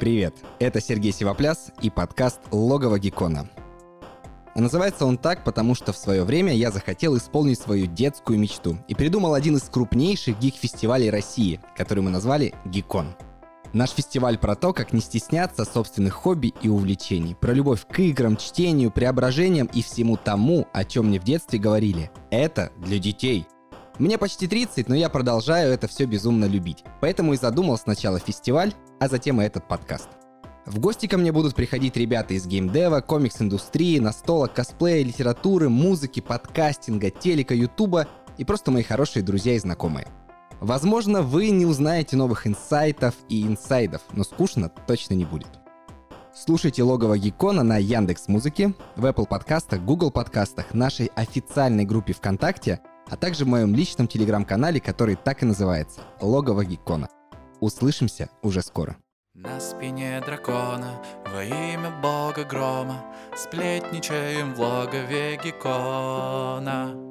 Привет, это Сергей Сивопляс и подкаст «Логово Гикона». Называется он так, потому что в свое время я захотел исполнить свою детскую мечту и придумал один из крупнейших гик-фестивалей России, который мы назвали «Гикон». Наш фестиваль про то, как не стесняться собственных хобби и увлечений, про любовь к играм, чтению, преображениям и всему тому, о чем мне в детстве говорили. Это для детей. Мне почти 30, но я продолжаю это все безумно любить. Поэтому и задумал сначала фестиваль, а затем и этот подкаст. В гости ко мне будут приходить ребята из геймдева, комикс-индустрии, настолок, косплея, литературы, музыки, подкастинга, телека, ютуба и просто мои хорошие друзья и знакомые. Возможно, вы не узнаете новых инсайтов и инсайдов, но скучно точно не будет. Слушайте «Логово Гикона» на Яндекс.Музыке, в Apple подкастах, Google подкастах, нашей официальной группе ВКонтакте, а также в моем личном телеграм-канале, который так и называется «Логово Гикона». Услышимся уже скоро. На спине дракона во имя бога грома сплетничаем в логове Гикона.